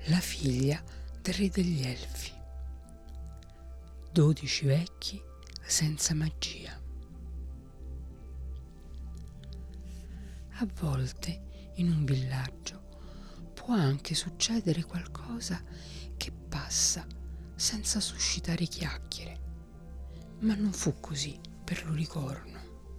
la figlia del re degli Elfi. 12 vecchi senza magia. A volte in un villaggio può anche succedere qualcosa che passa senza suscitare chiacchiere, ma non fu così per l'unicorno.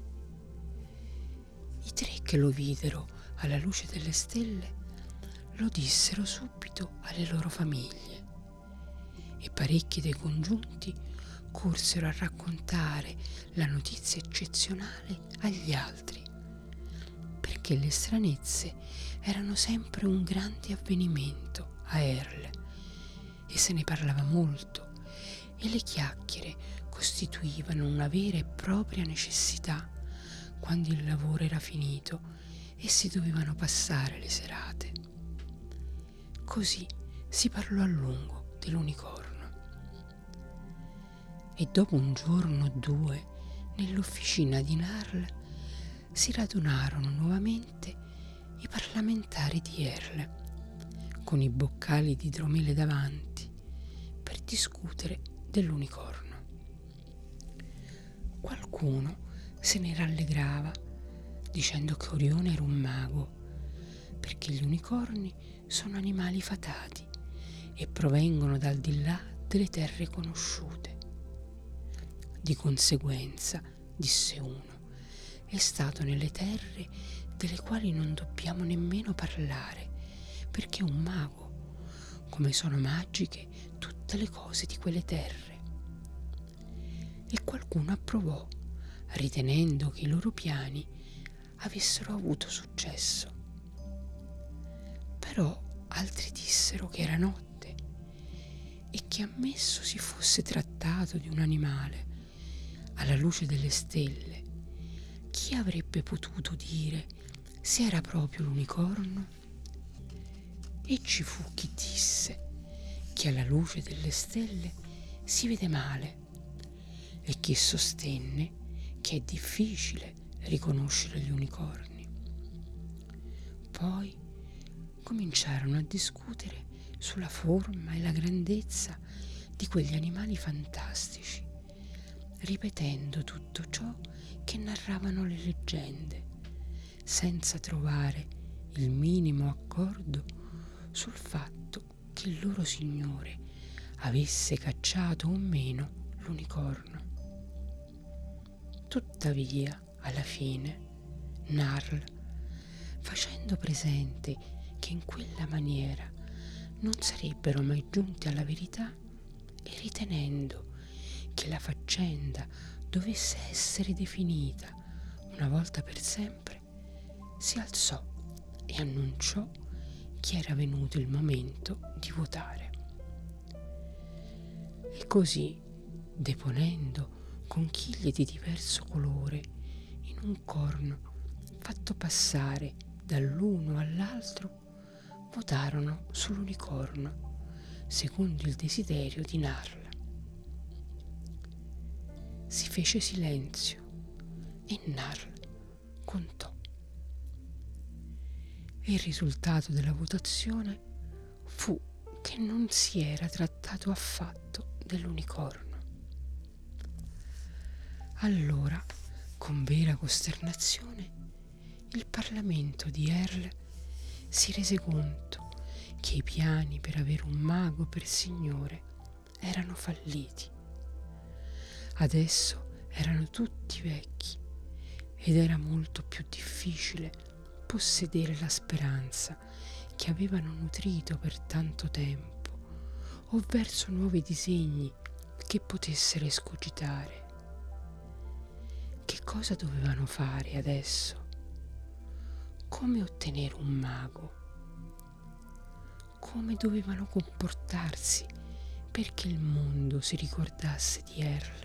I tre che lo videro alla luce delle stelle lo dissero subito alle loro famiglie e parecchi dei congiunti corsero a raccontare la notizia eccezionale agli altri, perché le stranezze erano sempre un grande avvenimento a Erle e se ne parlava molto e le chiacchiere costituivano una vera e propria necessità quando il lavoro era finito e si dovevano passare le serate. Così si parlò a lungo dell'unicorno. E dopo un giorno o due, nell'officina di Narl si radunarono nuovamente i parlamentari di Erle, con i boccali di idromele davanti, per discutere dell'unicorno. Qualcuno se ne rallegrava, dicendo che Orione era un mago, perché gli unicorni sono animali fatati e provengono dal di là delle terre conosciute. Di conseguenza, disse uno, è stato nelle terre delle quali non dobbiamo nemmeno parlare, perché è un mago, come sono magiche tutte le cose di quelle terre. E qualcuno approvò, ritenendo che i loro piani avessero avuto successo. Però altri dissero che era notte e che ammesso si fosse trattato di un animale alla luce delle stelle, chi avrebbe potuto dire se era proprio l'unicorno? E ci fu chi disse che alla luce delle stelle si vede male e chi sostenne che è difficile riconoscere gli unicorni. Poi cominciarono a discutere sulla forma e la grandezza di quegli animali fantastici, ripetendo tutto ciò che narravano le leggende, senza trovare il minimo accordo sul fatto che il loro signore avesse cacciato o meno l'unicorno. Tuttavia, alla fine, Narl, facendo presente che in quella maniera non sarebbero mai giunti alla verità e ritenendo che la faccenda dovesse essere definita una volta per sempre, si alzò e annunciò che era venuto il momento di votare. E così, deponendo conchiglie di diverso colore in un corno fatto passare dall'uno all'altro, votarono sull'unicorno, secondo il desiderio di Narl. Si fece silenzio e Narl contò. E il risultato della votazione fu che non si era trattato affatto dell'unicorno. Allora, con vera costernazione, il Parlamento di Erle si rese conto che i piani per avere un mago per signore erano falliti. Adesso erano tutti vecchi ed era molto più difficile possedere la speranza che avevano nutrito per tanto tempo o verso nuovi disegni che potessero escogitare. Che cosa dovevano fare adesso? Come ottenere un mago? Come dovevano comportarsi perché il mondo si ricordasse di Erle?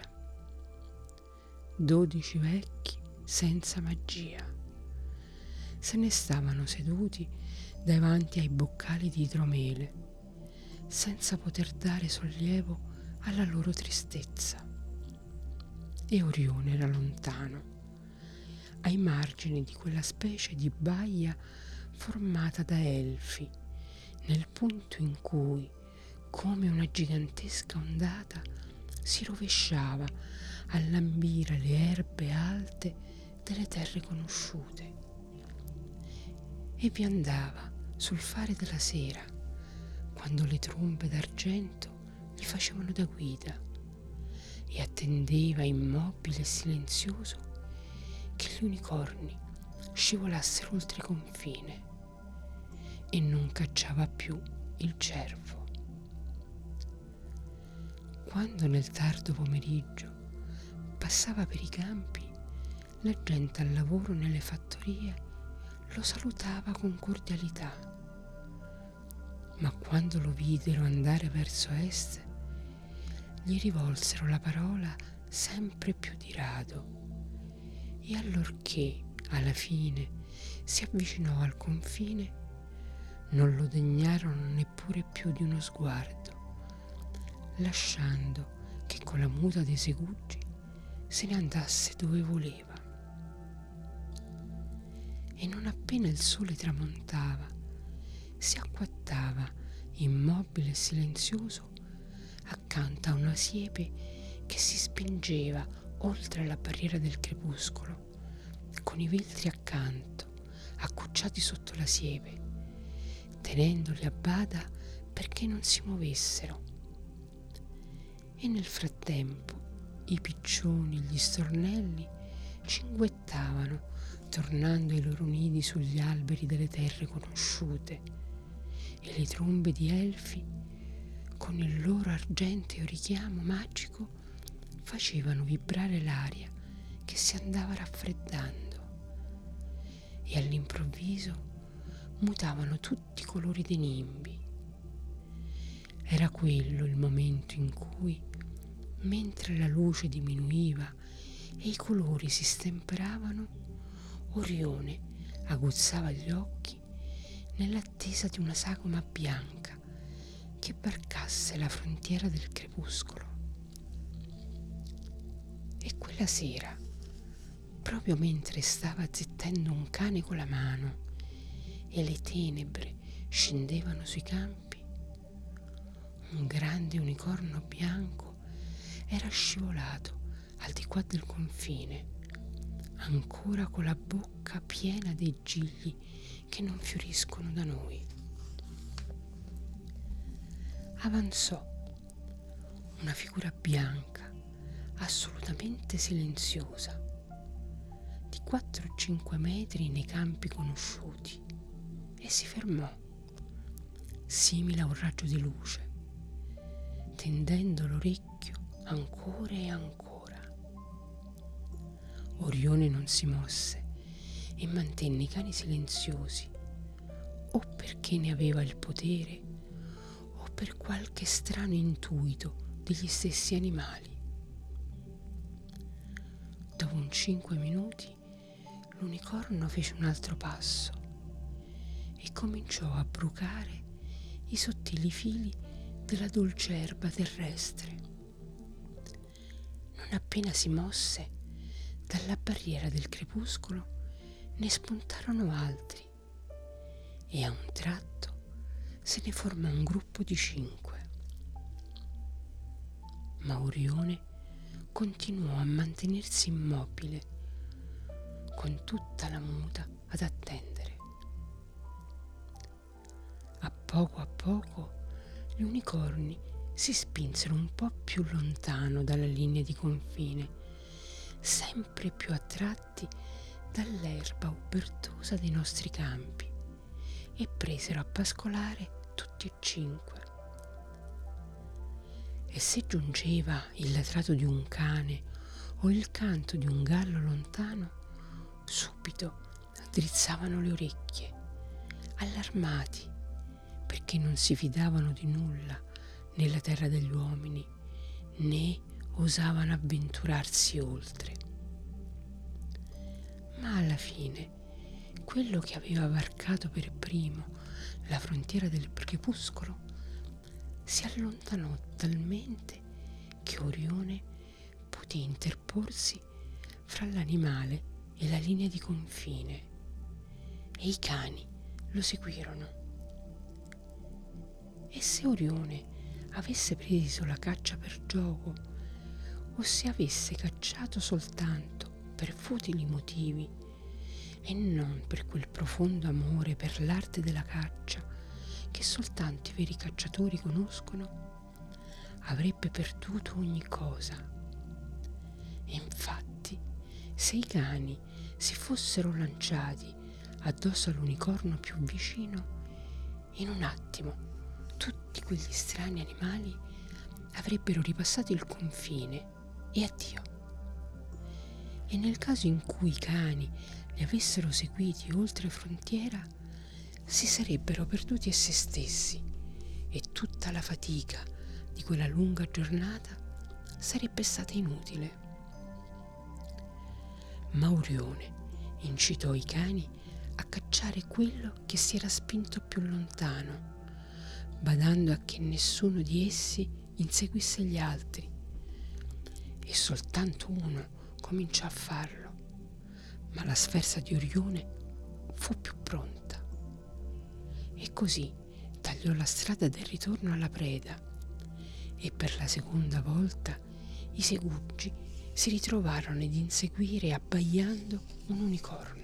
12 vecchi senza magia se ne stavano seduti davanti ai boccali di idromele, senza poter dare sollievo alla loro tristezza. E Orione era lontano, ai margini di quella specie di baia formata da elfi nel punto in cui, come una gigantesca ondata, si rovesciava a lambire le erbe alte delle terre conosciute, e vi andava sul fare della sera, quando le trombe d'argento gli facevano da guida, e attendeva immobile e silenzioso che gli unicorni scivolassero oltre confine, e non cacciava più il cervo. Quando nel tardo pomeriggio passava per i campi, la gente al lavoro nelle fattorie lo salutava con cordialità, ma quando lo videro andare verso est, gli rivolsero la parola sempre più di rado, e allorché alla fine si avvicinò al confine, non lo degnarono neppure più di uno sguardo, lasciando che con la muta dei seguggi se ne andasse dove voleva. E non appena il sole tramontava, si acquattava immobile e silenzioso accanto a una siepe che si spingeva oltre la barriera del crepuscolo, con i veltri accanto, accucciati sotto la siepe, tenendoli a bada perché non si muovessero. E nel frattempo i piccioni e gli stornelli cinguettavano, tornando ai loro nidi sugli alberi delle terre conosciute, e le trombe di elfi, con il loro argenteo richiamo magico, facevano vibrare l'aria che si andava raffreddando, e all'improvviso mutavano tutti i colori dei nimbi. Era quello il momento in cui, mentre la luce diminuiva e i colori si stemperavano, Orione aguzzava gli occhi nell'attesa di una sagoma bianca che varcasse la frontiera del crepuscolo. E quella sera, proprio mentre stava zittendo un cane con la mano e le tenebre scendevano sui campi, un grande unicorno bianco era scivolato al di qua del confine, ancora con la bocca piena dei gigli che non fioriscono da noi. Avanzò una figura bianca, assolutamente silenziosa, di 4 o 5 metri nei campi conosciuti, e si fermò, simile a un raggio di luce, tendendo l'orecchio ancora e ancora. Orione non si mosse e mantenne i cani silenziosi, o perché ne aveva il potere, o per qualche strano intuito degli stessi animali. Dopo 5 minuti l'unicorno fece un altro passo e cominciò a brucare i sottili fili della dolce erba terrestre. Non appena si mosse, dalla barriera del crepuscolo ne spuntarono altri, e a un tratto se ne formò un gruppo di 5. Ma Orione continuò a mantenersi immobile, con tutta la muta ad attendere. A poco gli unicorni si spinsero un po' più lontano dalla linea di confine, sempre più attratti dall'erba ubertosa dei nostri campi, e presero a pascolare tutti e 5. E se giungeva il latrato di un cane o il canto di un gallo lontano, subito drizzavano le orecchie, allarmati, perché non si fidavano di nulla nella terra degli uomini, né osavano avventurarsi oltre. Ma alla fine, quello che aveva varcato per primo la frontiera del crepuscolo si allontanò talmente che Orione poté interporsi fra l'animale e la linea di confine, e i cani lo seguirono. E se Orione avesse preso la caccia per gioco, o se avesse cacciato soltanto per futili motivi e non per quel profondo amore per l'arte della caccia che soltanto i veri cacciatori conoscono, avrebbe perduto ogni cosa. E infatti, se i cani si fossero lanciati addosso all'unicorno più vicino, in un attimo tutti quegli strani animali avrebbero ripassato il confine e addio. E nel caso in cui i cani li avessero seguiti oltre frontiera, si sarebbero perduti essi stessi e tutta la fatica di quella lunga giornata sarebbe stata inutile. Ma Orione incitò i cani a cacciare quello che si era spinto più lontano, badando a che nessuno di essi inseguisse gli altri. E soltanto uno cominciò a farlo, ma la sferza di Orione fu più pronta. E così tagliò la strada del ritorno alla preda, e per la seconda volta i seguggi si ritrovarono ad inseguire abbaiando un unicorno.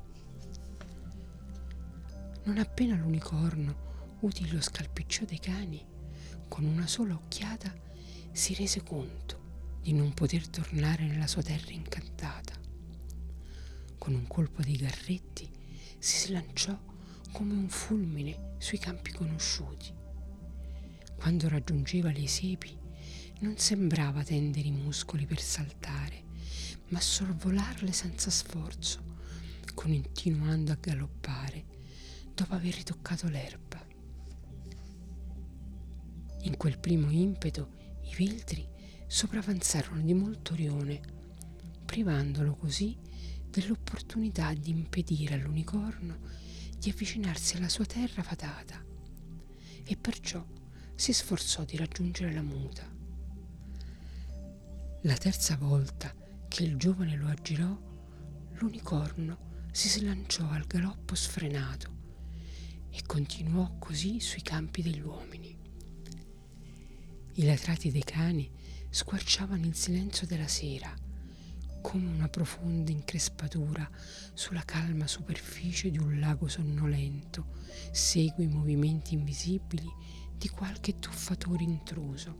Non appena l'unicorno udì lo scalpiccio dei cani, con una sola occhiata si rese conto di non poter tornare nella sua terra incantata. Con un colpo di garretti si slanciò come un fulmine sui campi conosciuti. Quando raggiungeva le siepi non sembrava tendere i muscoli per saltare, ma sorvolarle senza sforzo, continuando a galoppare dopo aver ritoccato l'erba. In quel primo impeto i veltri sopravanzarono di molto Orione, privandolo così dell'opportunità di impedire all'unicorno di avvicinarsi alla sua terra fatata, e perciò si sforzò di raggiungere la muta. La terza volta che il giovane lo aggirò, l'unicorno si slanciò al galoppo sfrenato e continuò così sui campi degli uomini. I latrati dei cani squarciavano il silenzio della sera, come una profonda increspatura sulla calma superficie di un lago sonnolento segue i movimenti invisibili di qualche tuffatore intruso.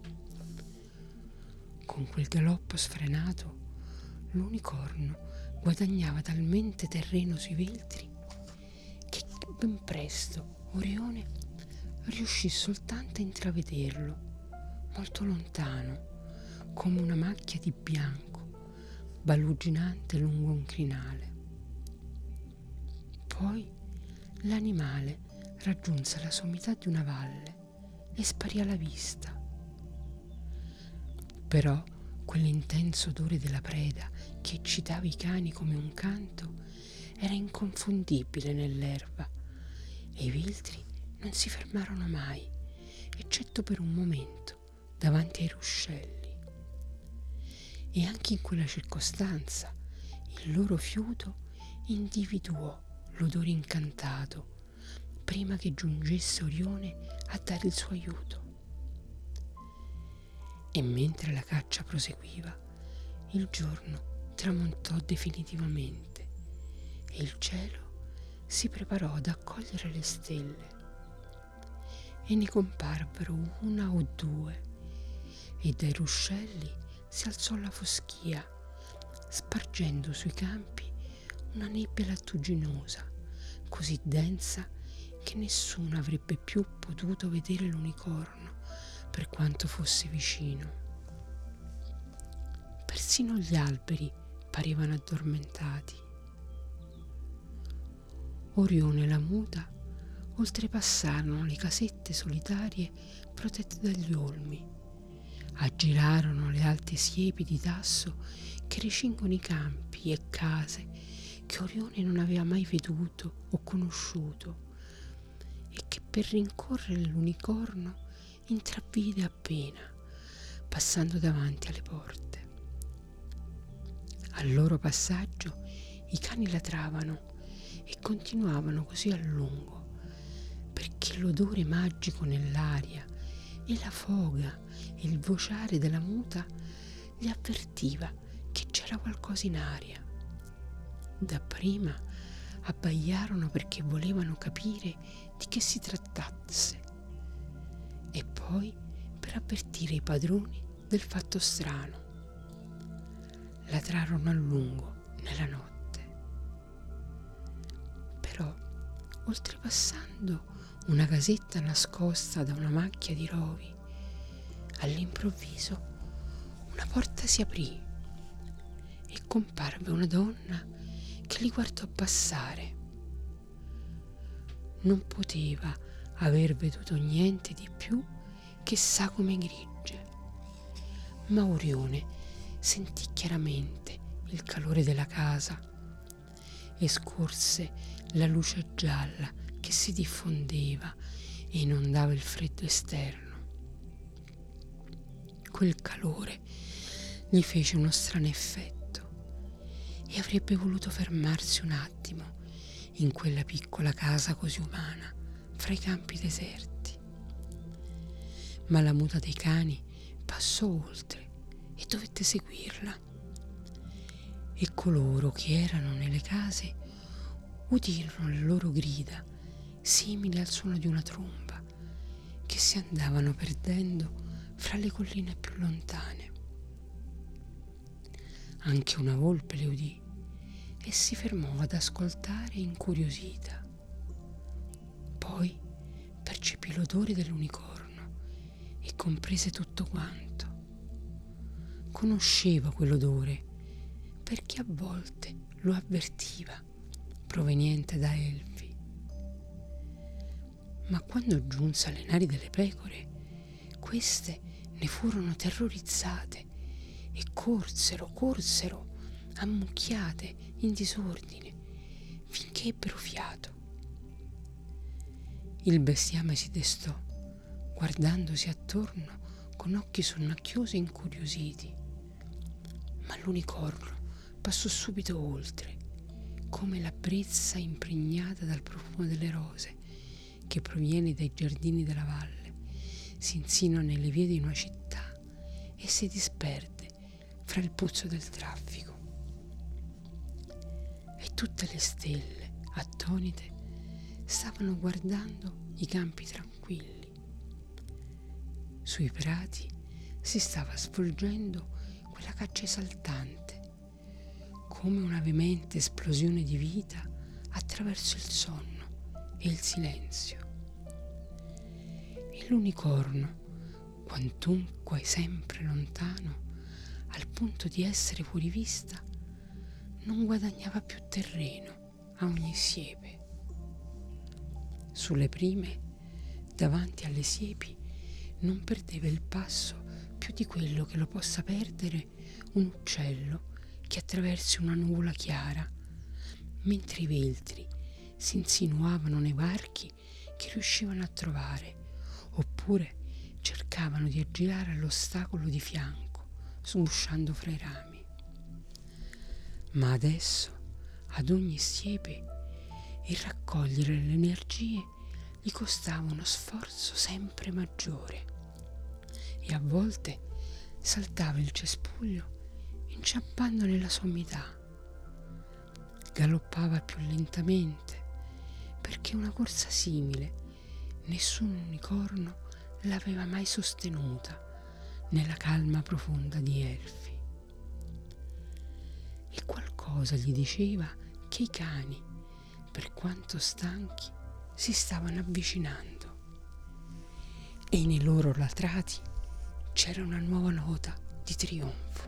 Con quel galoppo sfrenato, l'unicorno guadagnava talmente terreno sui veltri che ben presto Orione riuscì soltanto a intravederlo, molto lontano, come una macchia di bianco, baluginante lungo un crinale. Poi l'animale raggiunse la sommità di una valle e sparì alla vista. Però quell'intenso odore della preda che eccitava i cani come un canto era inconfondibile nell'erba, e i veltri non si fermarono mai, eccetto per un momento, davanti ai ruscelli. E anche in quella circostanza il loro fiuto individuò l'odore incantato prima che giungesse Orione a dare il suo aiuto. E mentre la caccia proseguiva, il giorno tramontò definitivamente e il cielo si preparò ad accogliere le stelle, e ne comparvero una o due, e dai ruscelli si alzò la foschia, spargendo sui campi una nebbia lattuginosa, così densa che nessuno avrebbe più potuto vedere l'unicorno per quanto fosse vicino. Persino gli alberi parevano addormentati. Orione e la muta oltrepassarono le casette solitarie protette dagli olmi, aggirarono le alte siepi di tasso che recingono i campi e case che Orione non aveva mai veduto o conosciuto, e che per rincorrere l'unicorno intravvide appena, passando davanti alle porte. Al loro passaggio i cani latravano e continuavano così a lungo, perché che l'odore magico nell'aria e la foga e il vociare della muta gli avvertiva che c'era qualcosa in aria. Dapprima abbaiarono perché volevano capire di che si trattasse e poi per avvertire i padroni del fatto strano. Latrarono a lungo nella notte. Però, oltrepassando una casetta nascosta da una macchia di rovi, all'improvviso una porta si aprì e comparve una donna che li guardò passare. Non poteva aver veduto niente di più che sagome grigie, ma Orione sentì chiaramente il calore della casa e scorse la luce gialla che si diffondeva e inondava il freddo esterno. Quel calore gli fece uno strano effetto e avrebbe voluto fermarsi un attimo in quella piccola casa così umana fra i campi deserti. Ma la muta dei cani passò oltre e dovette seguirla. E coloro che erano nelle case udirono le loro grida, simili al suono di una tromba, che si andavano perdendo fra le colline più lontane. Anche una volpe le udì e si fermò ad ascoltare incuriosita. Poi percepì l'odore dell'unicorno e comprese tutto quanto. Conosceva quell'odore perché a volte lo avvertiva, proveniente da elfi. Ma quando giunse alle nari delle pecore, queste ne furono terrorizzate e corsero, ammucchiate in disordine, finché ebbero fiato. Il bestiame si destò, guardandosi attorno con occhi sonnacchiosi e incuriositi, ma l'unicorno passò subito oltre, come la brezza impregnata dal profumo delle rose che proviene dai giardini della valle, si insinua nelle vie di una città e si disperde fra il puzzo del traffico. E tutte le stelle, attonite, stavano guardando i campi tranquilli. Sui prati si stava svolgendo quella caccia esaltante, come una veemente esplosione di vita attraverso il sonno e il silenzio. E l'unicorno, quantunque sempre lontano, al punto di essere fuori vista, non guadagnava più terreno a ogni siepe. Sulle prime, davanti alle siepi, non perdeva il passo più di quello che lo possa perdere un uccello che attraversi una nuvola chiara, mentre i veltri si insinuavano nei varchi che riuscivano a trovare, oppure cercavano di aggirare l'ostacolo di fianco, sgusciando fra i rami. Ma adesso, ad ogni siepe, il raccogliere le energie gli costava uno sforzo sempre maggiore e a volte saltava il cespuglio inciampando nella sommità. Galoppava più lentamente perché una corsa simile nessun unicorno l'aveva mai sostenuta nella calma profonda di Elfi. E qualcosa gli diceva che i cani, per quanto stanchi, si stavano avvicinando e nei loro latrati c'era una nuova nota di trionfo.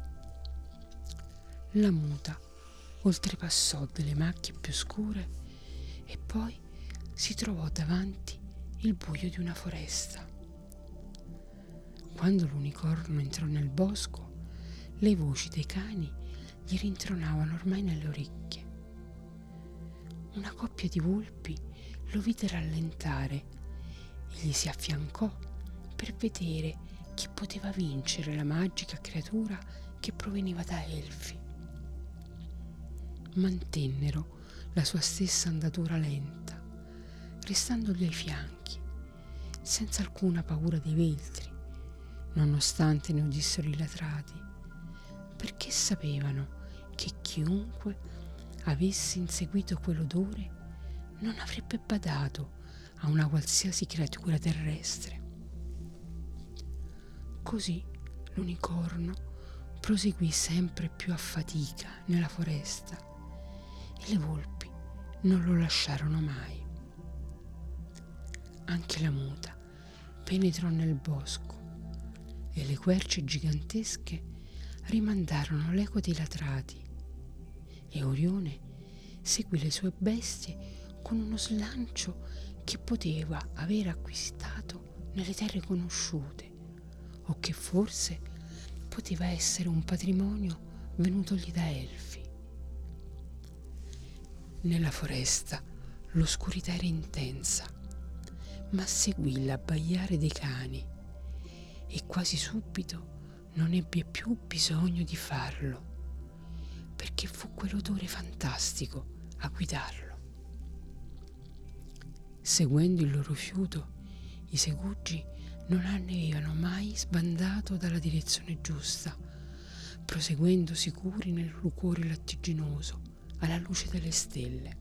La muta oltrepassò delle macchie più scure e poi si trovò davanti il buio di una foresta. Quando l'unicorno entrò nel bosco, le voci dei cani gli rintronavano ormai nelle orecchie. Una coppia di volpi lo vide rallentare e gli si affiancò per vedere chi poteva vincere la magica creatura che proveniva da Elfi. Mantennero la sua stessa andatura lenta, restandogli ai fianchi, senza alcuna paura dei veltri, nonostante ne udissero i latrati, perché sapevano che chiunque avesse inseguito quell'odore non avrebbe badato a una qualsiasi creatura terrestre. Così l'unicorno proseguì sempre più a fatica nella foresta e le volpi non lo lasciarono mai. Anche la muta penetrò nel bosco e le querce gigantesche rimandarono l'eco dei latrati e Orione seguì le sue bestie con uno slancio che poteva aver acquistato nelle terre conosciute o che forse poteva essere un patrimonio venutogli da elfi. Nella foresta l'oscurità era intensa, ma seguì l'abbaiare dei cani e quasi subito non ebbe più bisogno di farlo, perché fu quell'odore fantastico a guidarlo. Seguendo il loro fiuto, i segugi non avevano mai sbandato dalla direzione giusta, proseguendo sicuri nel liquore lattiginoso alla luce delle stelle.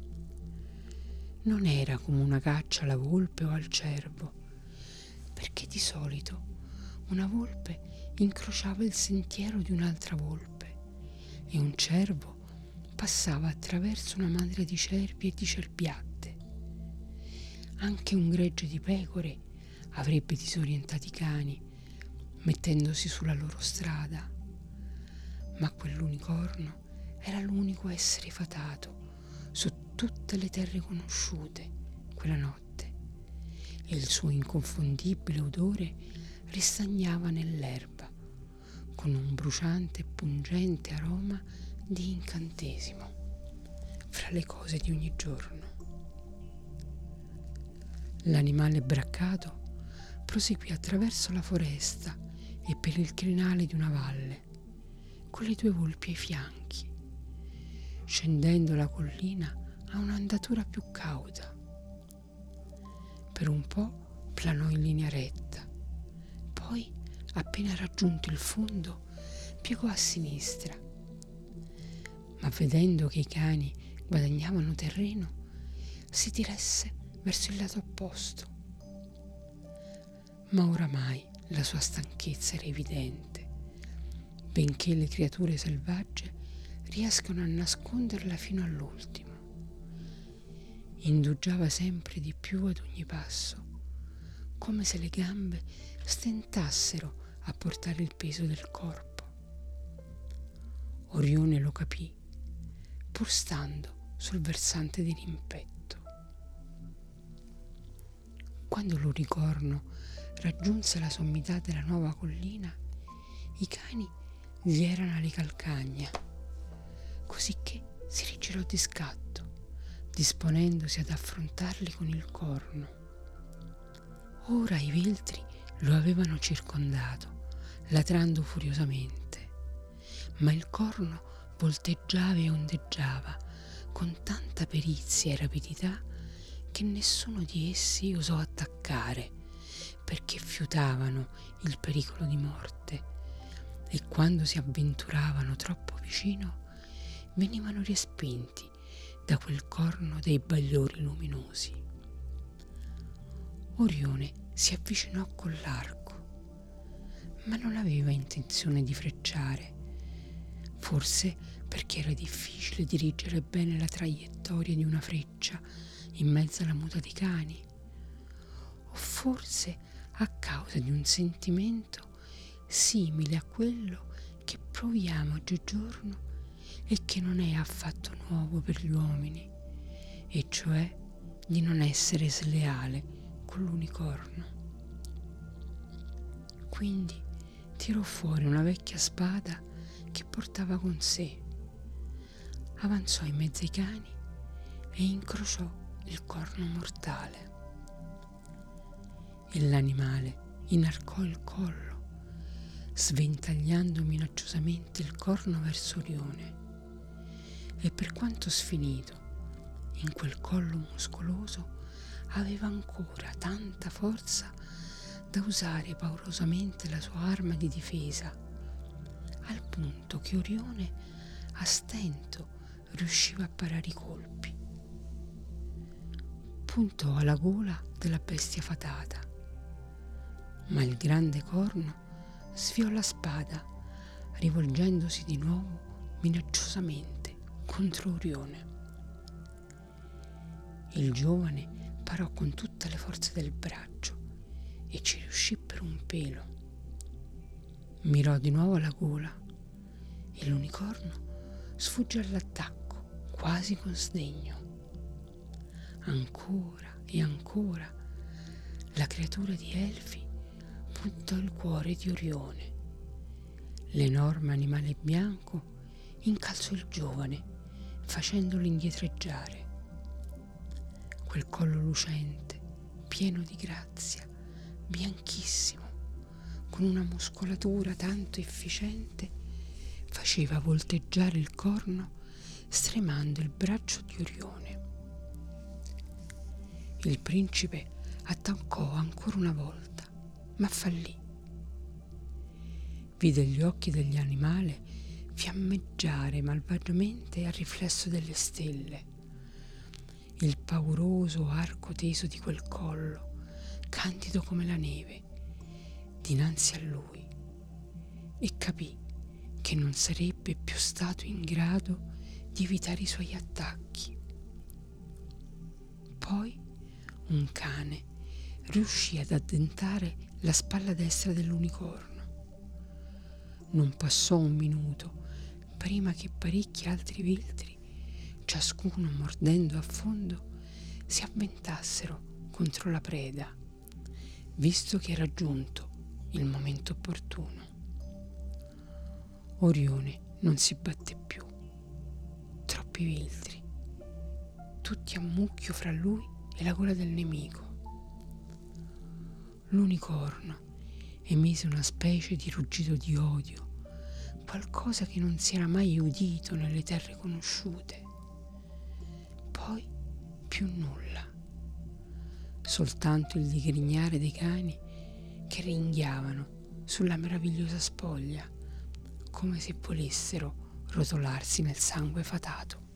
Non era come una caccia alla volpe o al cervo, perché di solito una volpe incrociava il sentiero di un'altra volpe e un cervo passava attraverso una mandria di cervi e di cerbiatte. Anche un gregge di pecore avrebbe disorientato i cani, mettendosi sulla loro strada, ma quell'unicorno era l'unico essere fatato su tutte le terre conosciute quella notte e il suo inconfondibile odore ristagnava nell'erba con un bruciante e pungente aroma di incantesimo fra le cose di ogni giorno. L'animale braccato proseguì attraverso la foresta e per il crinale di una valle, con le due volpi ai fianchi. Scendendo la collina a un'andatura più cauta. Per un po' planò in linea retta, poi, appena raggiunto il fondo, piegò a sinistra. Ma vedendo che i cani guadagnavano terreno, si diresse verso il lato opposto. Ma oramai la sua stanchezza era evidente, benché le creature selvagge riescano a nasconderla fino all'ultimo. Indugiava sempre di più ad ogni passo, come se le gambe stentassero a portare il peso del corpo. Orione lo capì, pur stando sul versante di rimpetto. Quando l'unicorno raggiunse la sommità della nuova collina, i cani gli erano alle calcagna, cosicché si rigirò di scatto, disponendosi ad affrontarli con il corno. Ora i veltri lo avevano circondato, latrando furiosamente, ma il corno volteggiava e ondeggiava con tanta perizia e rapidità che nessuno di essi osò attaccare, perché fiutavano il pericolo di morte e quando si avventuravano troppo vicino venivano respinti da quel corno dei bagliori luminosi. Orione si avvicinò con l'arco, ma non aveva intenzione di frecciare, forse perché era difficile dirigere bene la traiettoria di una freccia in mezzo alla muta dei cani, o forse a causa di un sentimento simile a quello che proviamo oggigiorno e che non è affatto nuovo per gli uomini, e cioè di non essere sleale con l'unicorno. Quindi tirò fuori una vecchia spada che portava con sé, avanzò in mezzo ai cani e incrociò il corno mortale. E l'animale inarcò il collo, sventagliando minacciosamente il corno verso Orione. E per quanto sfinito, in quel collo muscoloso aveva ancora tanta forza da usare paurosamente la sua arma di difesa, al punto che Orione a stento riusciva a parare i colpi. Puntò alla gola della bestia fatata, ma il grande corno sviò la spada, rivolgendosi di nuovo minacciosamente contro Orione. Il giovane parò con tutte le forze del braccio e ci riuscì per un pelo. Mirò di nuovo alla gola e l'unicorno sfuggì all'attacco quasi con sdegno. Ancora e ancora la creatura di Elfi puntò il cuore di Orione. L'enorme animale bianco incalzò il giovane, facendolo indietreggiare. Quel collo lucente, pieno di grazia, bianchissimo, con una muscolatura tanto efficiente, faceva volteggiare il corno stremando il braccio di Orione. Il principe attaccò ancora una volta, ma fallì. Vide gli occhi dell'animale fiammeggiare malvagiamente al riflesso delle stelle. Il pauroso arco teso di quel collo, candido come la neve, dinanzi a lui, e capì che non sarebbe più stato in grado di evitare i suoi attacchi. Poi un cane riuscì ad addentare la spalla destra dell'unicorno. Non passò un minuto prima che parecchi altri viltri, ciascuno mordendo a fondo, si avventassero contro la preda, visto che era giunto il momento opportuno. Orione non si batté più. Troppi viltri, tutti a mucchio fra lui e la gola del nemico. L'unicorno emise una specie di ruggito di odio, qualcosa che non si era mai udito nelle terre conosciute. Poi più nulla, soltanto il digrignare dei cani che ringhiavano sulla meravigliosa spoglia, come se volessero rotolarsi nel sangue fatato.